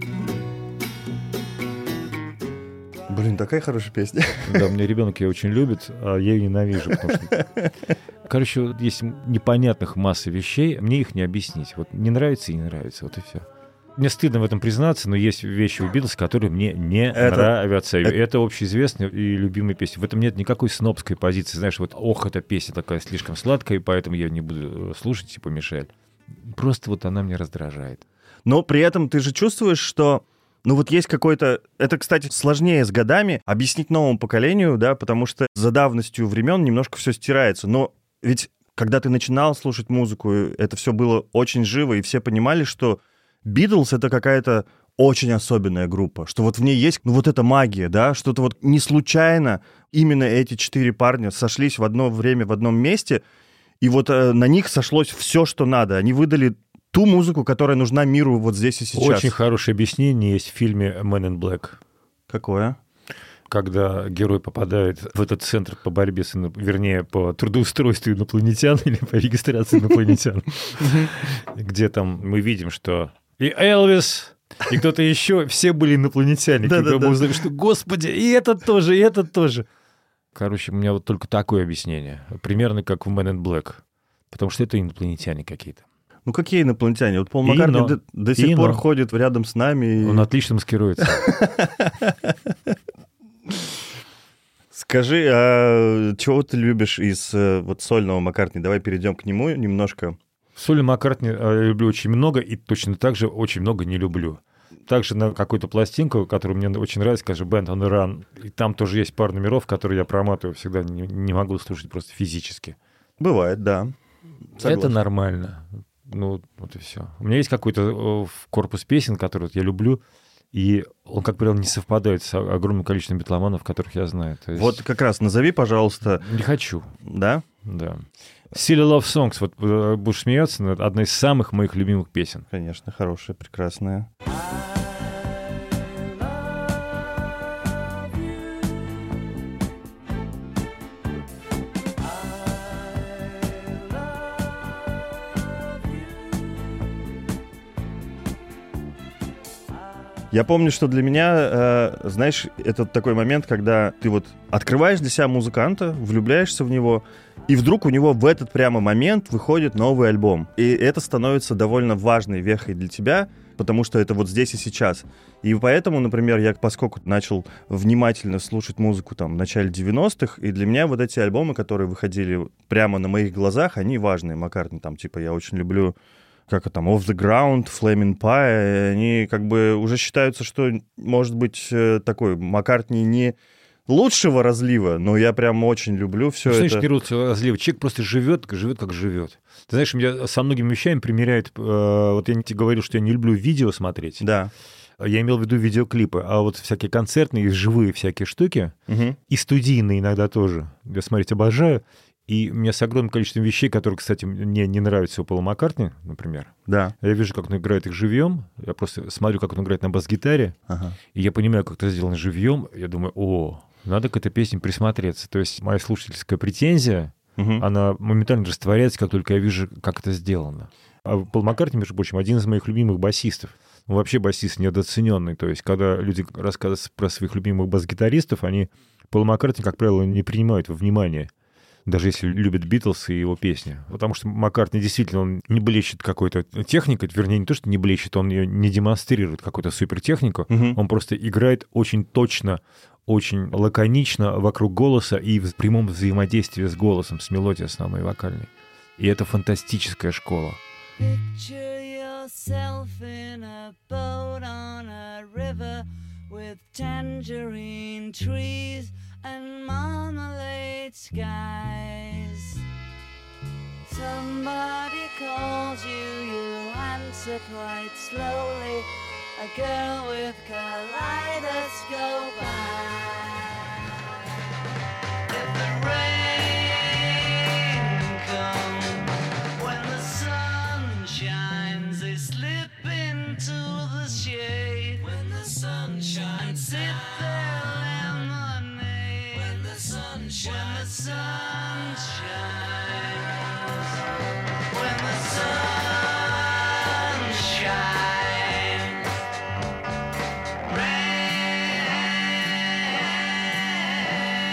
Блин, такая хорошая песня. Да, у меня ребенок ее очень любит, а я ее ненавижу. Потому что... Короче, вот есть непонятных масса вещей, мне их не объяснить. Вот не нравится и не нравится, вот и все. мне стыдно в этом признаться, но есть вещи у Битлз, которые мне не Это- нравятся. Это общеизвестная и любимая песня. В этом нет никакой снобской позиции. Знаешь, вот, ох, эта песня такая слишком сладкая, и поэтому я не буду слушать, типа Мишель. Просто вот она меня раздражает. Но при этом ты же чувствуешь, что ну вот есть какой-то... Это, кстати, сложнее с годами объяснить новому поколению, да, потому что за давностью времен немножко все стирается. Но ведь когда ты начинал слушать музыку, это все было очень живо, и все понимали, что Битлз — это какая-то очень особенная группа, что вот в ней есть, ну, вот эта магия, да, что-то вот не случайно именно эти 4 парня сошлись в одно время в одном месте, и вот на них сошлось все, что надо. Они выдали ту музыку, которая нужна миру вот здесь и сейчас. Очень хорошее объяснение есть в фильме «Men in Black». Какое? Когда герой попадает в этот центр по борьбе с вернее, по трудоустройству инопланетян или по регистрации инопланетян, где там мы видим, что и Элвис, и кто-то еще, все были инопланетяне. Когда мы узнали, что, господи, и этот тоже, и этот тоже. Короче, у меня вот только такое объяснение. Примерно как в Men in Black. Потому что это инопланетяне какие-то. Ну, какие инопланетяне? Вот Пол Маккартни до сих пор ходит рядом с нами. Он отлично маскируется. Скажи, а чего ты любишь из вот сольного Маккартни? Давай перейдем к нему немножко. Соли Маккартни я люблю очень много, и точно так же очень много не люблю. Также на какую-то пластинку, которая мне очень нравится, скажем, Band on the Run, и там тоже есть пару номеров, которые я проматываю всегда, не могу слушать просто физически. Бывает, да. Согласен. Это нормально. Ну, вот и все. У меня есть какой-то корпус песен, который вот я люблю, и он, как правило, не совпадает с огромным количеством битломанов, которых я знаю. То есть... Вот как раз назови, пожалуйста. Не хочу. Да? Да. Silly Love Songs, вот будешь смеяться, но это одна из самых моих любимых песен. Конечно, хорошая, прекрасная. Я помню, что для меня, знаешь, это такой момент, когда ты вот открываешь для себя музыканта, влюбляешься в него, и вдруг у него в этот прямо момент выходит новый альбом. И это становится довольно важной вехой для тебя, потому что это вот здесь и сейчас. И поэтому, например, я, поскольку начал внимательно слушать музыку там в начале 90-х, и для меня вот эти альбомы, которые выходили прямо на моих глазах, они важные. Маккартни там, типа, я очень люблю... как там, Off the Ground, Flaming Pie, они как бы уже считаются, что, может быть, такой Маккартни не лучшего разлива, но я прям очень люблю все это. Значит, не лучшего разлива. Человек просто живет, как живет. Ты знаешь, меня со многими вещами примеряют... вот я тебе говорил, что я не люблю видео смотреть. Да. Я имел в виду видеоклипы, а вот всякие концертные, живые всякие штуки, и студийные иногда тоже, я смотреть обожаю. И у меня с огромным количеством вещей, которые, кстати, мне не нравятся у Пола Маккартни, например. Да. Я вижу, как он играет их живьем. Я просто смотрю, как он играет на бас-гитаре. И я понимаю, как это сделано живьем. Я думаю, надо к этой песне присмотреться. То есть моя слушательская претензия, она моментально растворяется, как только я вижу, как это сделано. А Пол Маккартни, между прочим, один из моих любимых басистов. Он вообще басист недооцененный. То есть когда люди рассказывают про своих любимых бас-гитаристов, они Пола Маккартни, как правило, не принимают во внимание. Даже если любят Битлз и его песни. Потому что Маккартни действительно, он не блещет какой-то техникой, вернее, не то, что не блещет, он ее не демонстрирует, какую-то супертехнику. Он просто играет очень точно, очень лаконично вокруг голоса и в прямом взаимодействии с голосом, с мелодией основной вокальной. И это фантастическая школа. Picture yourself in a boat on a river with tangerine trees and marmalade skies. Somebody calls you, you answer quite slowly. A girl with kaleidoscope eyes. If the rain comes when the sun shines, they slip into the shade. When the sun shines, sip their lemonade. When the sun shines, when the sun shines,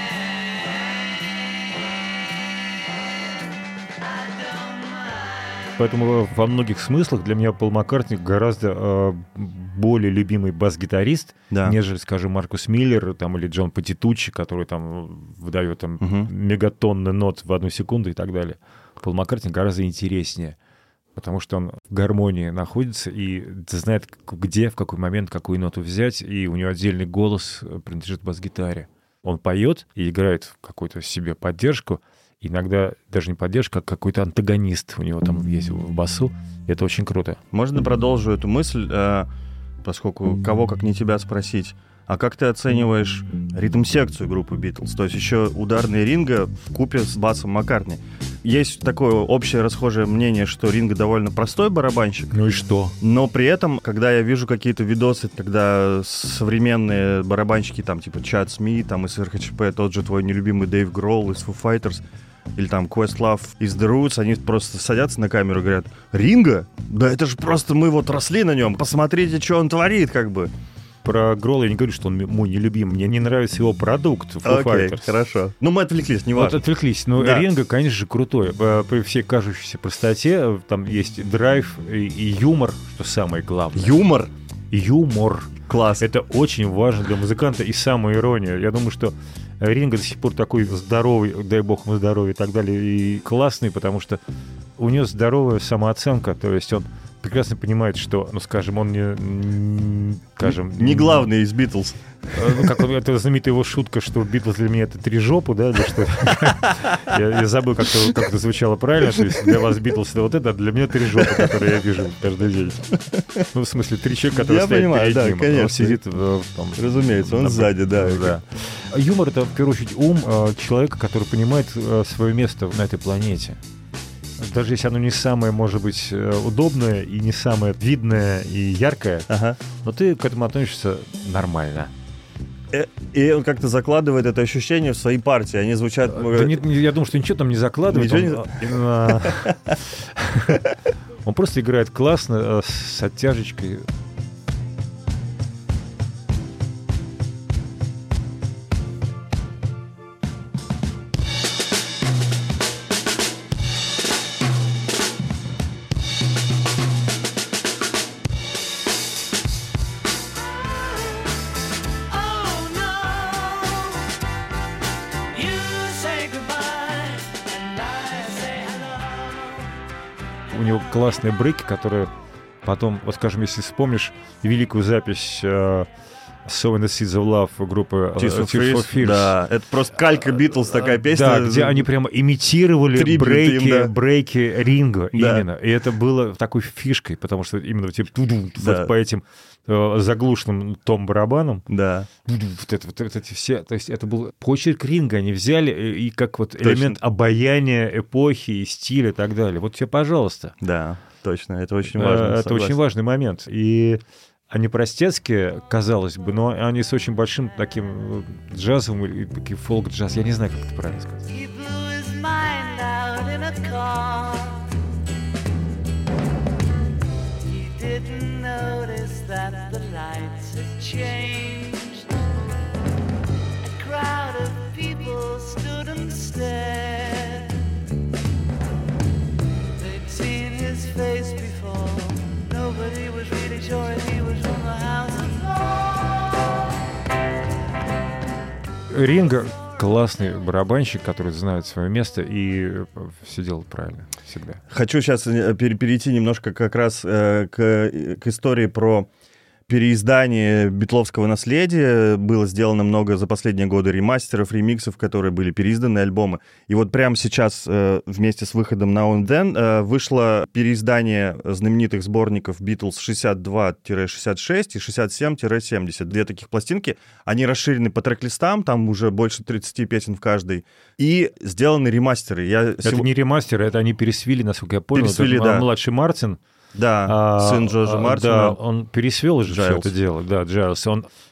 rain. I don't mind. Поэтому во многих смыслах для меня Пол Маккартни гораздо более любимый бас-гитарист, Да. нежели, скажем, Маркус Миллер там, или Джон Патитуччи, который там выдает там, мегатонны нот в 1 секунду и так далее. Пол Маккартни гораздо интереснее, потому что он в гармонии находится и знает, где, в какой момент, какую ноту взять, и у него отдельный голос принадлежит бас-гитаре. Он поет и играет какую-то себе поддержку, иногда даже не поддержка, а какой-то антагонист у него там есть в басу. Это очень круто. Можно продолжу эту мысль, поскольку кого как не тебя спросить. А как ты оцениваешь ритм-секцию группы Битлз? То есть еще ударные Ринго вкупе с басом Маккартни. Есть такое общее расхожее мнение, что Ринго довольно простой барабанщик. Ну и что? Но при этом, когда я вижу какие-то видосы, когда современные барабанщики, там, типа Чад Смит, там, из РХЧП, тот же твой нелюбимый Дэйв Гролл из Foo Fighters, или там Questlove из The Roots, они просто садятся на камеру и говорят: Ринго? Да это же просто мы вот росли на нем, посмотрите, что он творит, как бы. Про Гролла я не говорю, что он мой нелюбимый. Мне не нравится его продукт Foo Окей, Fighters. хорошо. Ну, мы отвлеклись, не Вот важно. отвлеклись. Но Да. Ринго, конечно же, крутой. При всей кажущейся простоте там есть драйв и юмор, что самое главное. Юмор? Юмор. Класс. Это очень важно для музыканта и самоирония. Я думаю, что Ринго до сих пор такой здоровый, дай бог ему здоровья и так далее, и классный, потому что у него здоровая самооценка, то есть он прекрасно понимает, что, ну, скажем, он Не главный из Битлз. Ну, как это знаменитая его шутка, что Битлз для меня это 3 жопы, да, или что? Я забыл, как это звучало правильно. То есть для вас Битлз это вот это, а для меня 3 жопы, которые я вижу каждый день. Ну, в смысле, 3 человека, которые Я стоят понимаю, перед да, ним. конечно. Он сидит там... Разумеется, он сзади, да. Да. Юмор — это, в первую очередь, ум человека, который понимает свое место на этой планете. Даже если оно не самое, может быть, удобное и не самое видное и яркое, Ага. но ты к этому относишься нормально. И он как-то закладывает это ощущение в свои партии. Они звучат... Да я думаю, что ничего там не закладывает. Ничего Он просто играет классно, с оттяжечкой. Oh no, you say goodbye and I say hello. У него классные брейки, которые потом, вот скажем, если вспомнишь великую запись So in the Seeds of Love группы Tears for Tears for Fears. Fears. Да, это просто калька Битлз, такая песня. Да, где они прямо имитировали Трибют им, да. брейки Ринго, Да. именно. И это было такой фишкой, потому что именно типа, Да. вот по этим заглушенным том-барабанам, Да. вот эти все, то есть это был почерк Ринго, они взяли и как вот Точно. элемент обаяния эпохи и стиля и так далее. Вот тебе, пожалуйста. Да, точно, это очень важно. Это согласен. очень важный момент. И они простецкие, казалось бы, но они с очень большим таким джазовым и таким фолк-джаз. Я не знаю, как это правильно сказать. He blew his mind out in a car. He didn't notice that the lights had changed. A crowd of people stood and stared. They'd seen his face before. Nobody was really sure if he was from the House of Lords. Ринго классный барабанщик, который знает свое место и все делает правильно всегда. Хочу сейчас перейти немножко как раз к истории про переиздание битловского наследия. Было сделано много за последние годы ремастеров, ремиксов, которые были переизданы альбомы. И вот прямо сейчас вместе с выходом Now and Then вышло переиздание знаменитых сборников Beatles 62-66 и 67-70. 2 таких пластинки. Они расширены по трек-листам, там уже больше 30 песен в каждой. И сделаны ремастеры. Это не ремастер, это они пересвили, насколько я понял. Пересвели, это да. Младший Мартин. Да, сын Джорджа Мартина. Да, он пересвел же все Джайлз. это дело. Да, Джайлз. Он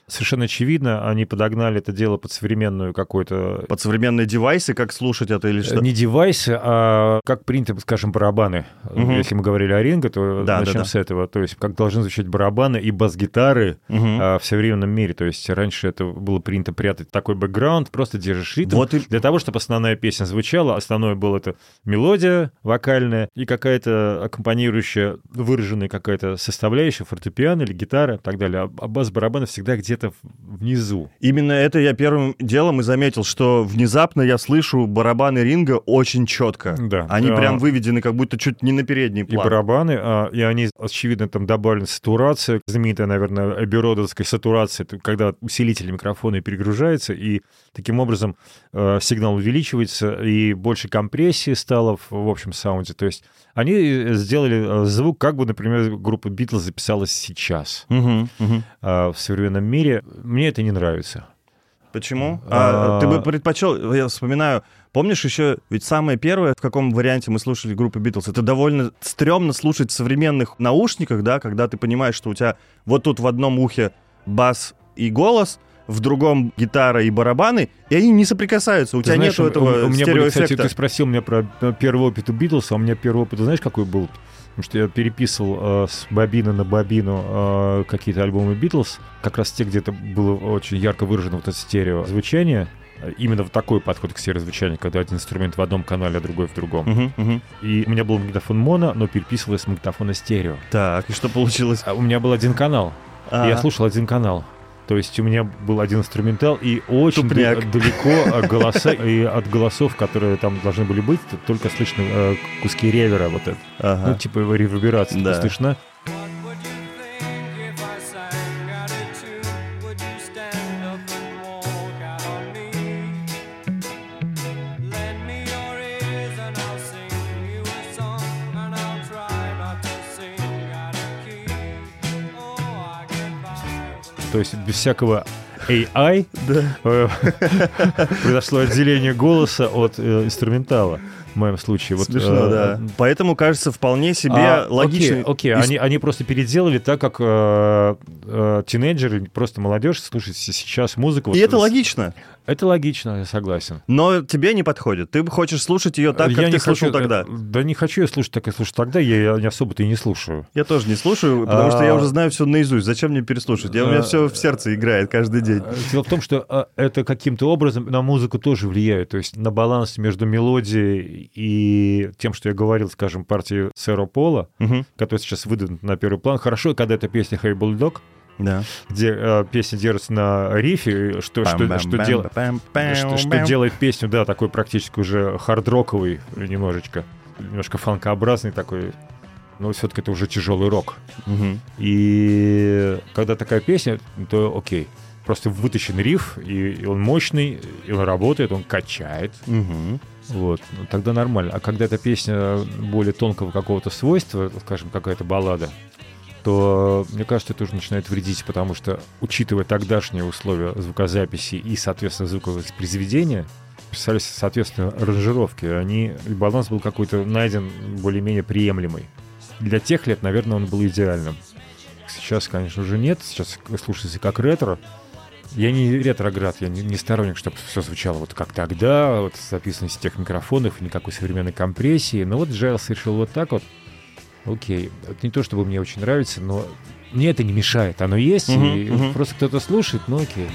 Совершенно очевидно, они подогнали это дело под современную какой-то... Под современные девайсы, как слушать это или что? Не девайсы, а как принято, скажем, барабаны. Если мы говорили о Ринго, то начнем с этого. То есть как должны звучать барабаны и бас-гитары в современном мире. То есть раньше это было принято прятать такой бэкграунд, просто держишь ритм. Для того, чтобы основная песня звучала, основное было это мелодия вокальная и какая-то аккомпанирующая, выраженная какая-то составляющая, фортепиано или гитара и так далее. А бас-барабаны всегда где-то внизу. Именно это я первым делом и заметил, что внезапно я слышу барабаны Ринго очень четко. Да. Они прям выведены как будто чуть не на передний план. И барабаны, и они, очевидно, там добавлены сатурация, знаменитая, наверное, эбби-родовская сатурация, когда усилитель микрофона перегружается, и таким образом сигнал увеличивается, и больше компрессии стало в общем саунде. То есть они сделали звук, как бы, например, группа Битлз записалась сейчас в современном мире. Мне это не нравится. Почему? Ты бы предпочел, я вспоминаю, помнишь еще, ведь самое первое, в каком варианте мы слушали группу Битлз, это довольно стрёмно слушать в современных наушниках, да, когда ты понимаешь, что у тебя вот тут в одном ухе бас и голос, в другом гитара и барабаны, и они не соприкасаются. У тебя знаешь, нету этого у меня стереоэффекта. Кстати, ты спросил меня про первый опыт у Битлз, а у меня первый опыт, знаешь, какой был? Потому что я переписывал с бобины на бобину какие-то альбомы Битлз, как раз те, где это было очень ярко выражено вот это стереозвучание. Именно вот такой подход к стереозвучанию, когда один инструмент в одном канале, а другой в другом. И у меня был магнитофон моно, но переписывалось с магнитофона стерео. Так, и что получилось? У меня был один канал, и я слушал один канал. То есть у меня был один инструментал, и очень далеко голоса, и от голосов, которые там должны были быть, только слышны куски ревера, вот это. Ну, типа реверберация слышна. То есть без всякого AI произошло отделение голоса от инструментала. В моем случае. Смешно, да. Поэтому, кажется, вполне себе логично. Окей. Они просто переделали так, как тинейджеры, просто молодежь слушает сейчас музыку. И это логично. Это логично, я согласен. Но тебе не подходит. Ты хочешь слушать ее так, как ты слушал тогда. Да не хочу я слушать так, как я слушал тогда. Я не особо-то и не слушаю. Я тоже не слушаю, потому что я уже знаю все наизусть. Зачем мне переслушать? У меня все в сердце играет каждый день. Дело в том, что это каким-то образом на музыку тоже влияет. То есть на баланс между мелодией и тем, что я говорил, скажем, партии Сэра Пола, которая сейчас выдвинута на первый план. Хорошо, когда эта песня «Hey Bulldog», где песня держится на рифе, что делает песню, да, такой практически уже хард-роковый немножко фанкообразный такой, но все-таки это уже тяжелый рок. И когда такая песня, то окей. Просто вытащен риф, и он мощный, и он работает, он качает. Вот, ну, тогда нормально. А когда эта песня более тонкого какого-то свойства, скажем, какая-то баллада, то, мне кажется, это уже начинает вредить, потому что, учитывая тогдашние условия звукозаписи и, соответственно, звуковоспроизведения, писались, соответственно, аранжировки, баланс был какой-то найден более-менее приемлемый. Для тех лет, наверное, он был идеальным. Сейчас, конечно, уже нет. Сейчас слушается как ретро. Я не ретроград, я не сторонник, чтобы все звучало вот как тогда, вот записано с тех микрофонов, никакой современной компрессии. Но вот Джайлс решил вот так вот. Окей, это не то, чтобы мне очень нравится, но мне это не мешает. Оно есть, и просто кто-то слушает, ну окей.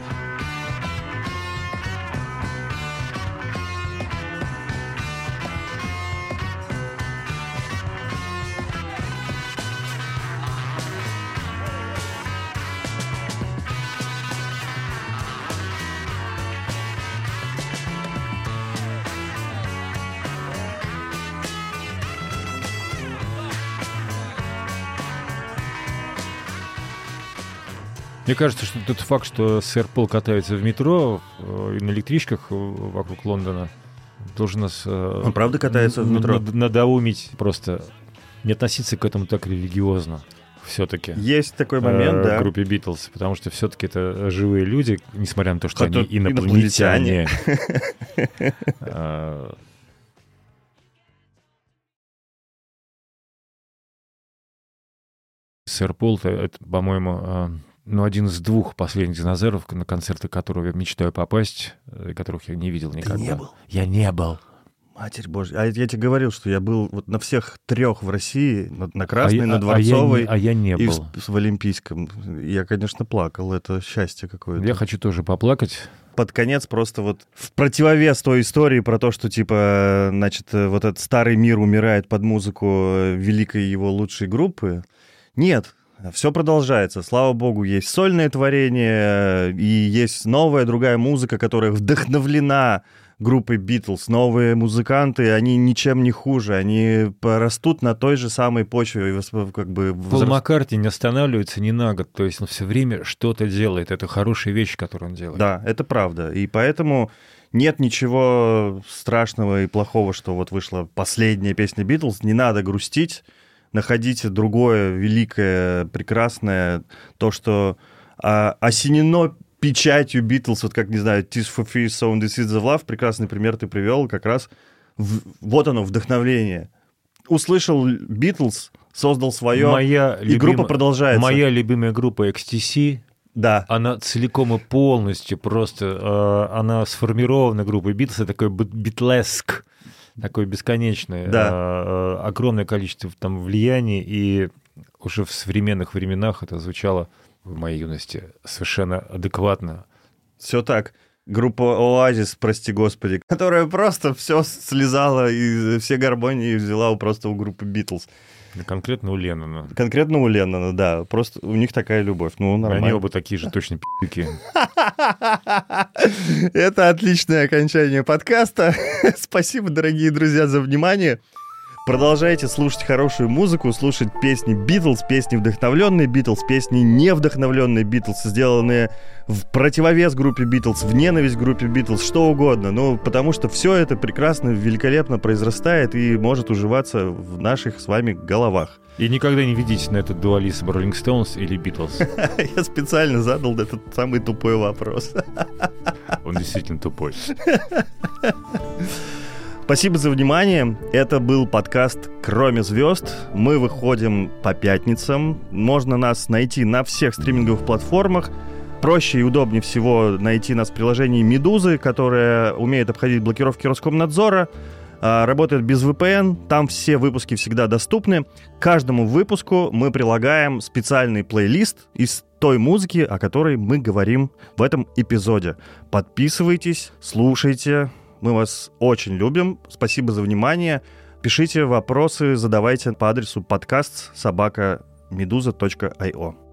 Мне кажется, что тот факт, что сэр Пол катается в метро и на электричках вокруг Лондона, должен нас... Он правда катается в метро? Надоумить просто не относиться к этому так религиозно все-таки. Есть такой момент, да. В группе Битлз, потому что все-таки это живые люди, несмотря на то, что они инопланетяне. Сэр Пол, это, по-моему... один из 2 последних динозавров, на концерты которого я мечтаю попасть, которых я не видел никогда. не был? Я не был. Матерь Божья. А я тебе говорил, что я был вот на всех 3 в России, на Красной, на Дворцовой я не и был. в Олимпийском. Я, конечно, плакал. Это счастье какое-то. Я хочу тоже поплакать. Под конец просто вот в противовес той истории про то, что, типа, значит, вот этот старый мир умирает под музыку великой его лучшей группы. Нет, все продолжается. Слава богу, есть сольное творение, и есть новая, другая музыка, которая вдохновлена группой Битлз. Новые музыканты, они ничем не хуже, они растут на той же самой почве. Как бы Пол Маккартни не останавливается ни на год, то есть он все время что-то делает. Это хорошая вещь, которую он делает. Да, это правда. И поэтому нет ничего страшного и плохого, что вот вышла последняя песня Битлз. Не надо грустить, находите другое великое, прекрасное, то, что осенено печатью Битлз, вот как, не знаю, Tears for Fears, So This Is the Love, прекрасный пример ты привел, как раз вот оно, вдохновление. Услышал Битлз, создал свое, группа продолжается. Моя любимая группа XTC, да. Она целиком и полностью просто, она сформирована группой Битлз, такой битлеск, такое бесконечное, да. Огромное количество там влияний, и уже в современных временах это звучало в моей юности совершенно адекватно. Все так. Группа Оазис, прости господи, которая просто все слезала и все гармонии взяла просто у группы Битлз. Конкретно у Леннона. Конкретно у Леннона, да. Просто у них такая любовь. Ну, нормально. Они оба такие же точно пи***ки. Это отличное окончание подкаста. Спасибо, дорогие друзья, за внимание. Продолжайте слушать хорошую музыку, слушать песни Битлз, песни вдохновленные Битлз, песни не вдохновленные Битлз, сделанные в противовес группе Битлз, в ненависть группе Битлз, что угодно. Ну, потому что все это прекрасно, великолепно произрастает и может уживаться в наших с вами головах. И никогда не ведитесь на этот дуализм Rolling Stones или Битлз. Я специально задал этот самый тупой вопрос. Он действительно тупой. Спасибо за внимание. Это был подкаст «Кроме звезд». Мы выходим по пятницам. Можно нас найти на всех стриминговых платформах. Проще и удобнее всего найти нас в приложении «Медузы», которое умеет обходить блокировки Роскомнадзора. Работает без VPN. Там все выпуски всегда доступны. К каждому выпуску мы прилагаем специальный плейлист из той музыки, о которой мы говорим в этом эпизоде. Подписывайтесь, слушайте. Мы вас очень любим. Спасибо за внимание. Пишите вопросы, задавайте по адресу подкаст@meduza.io.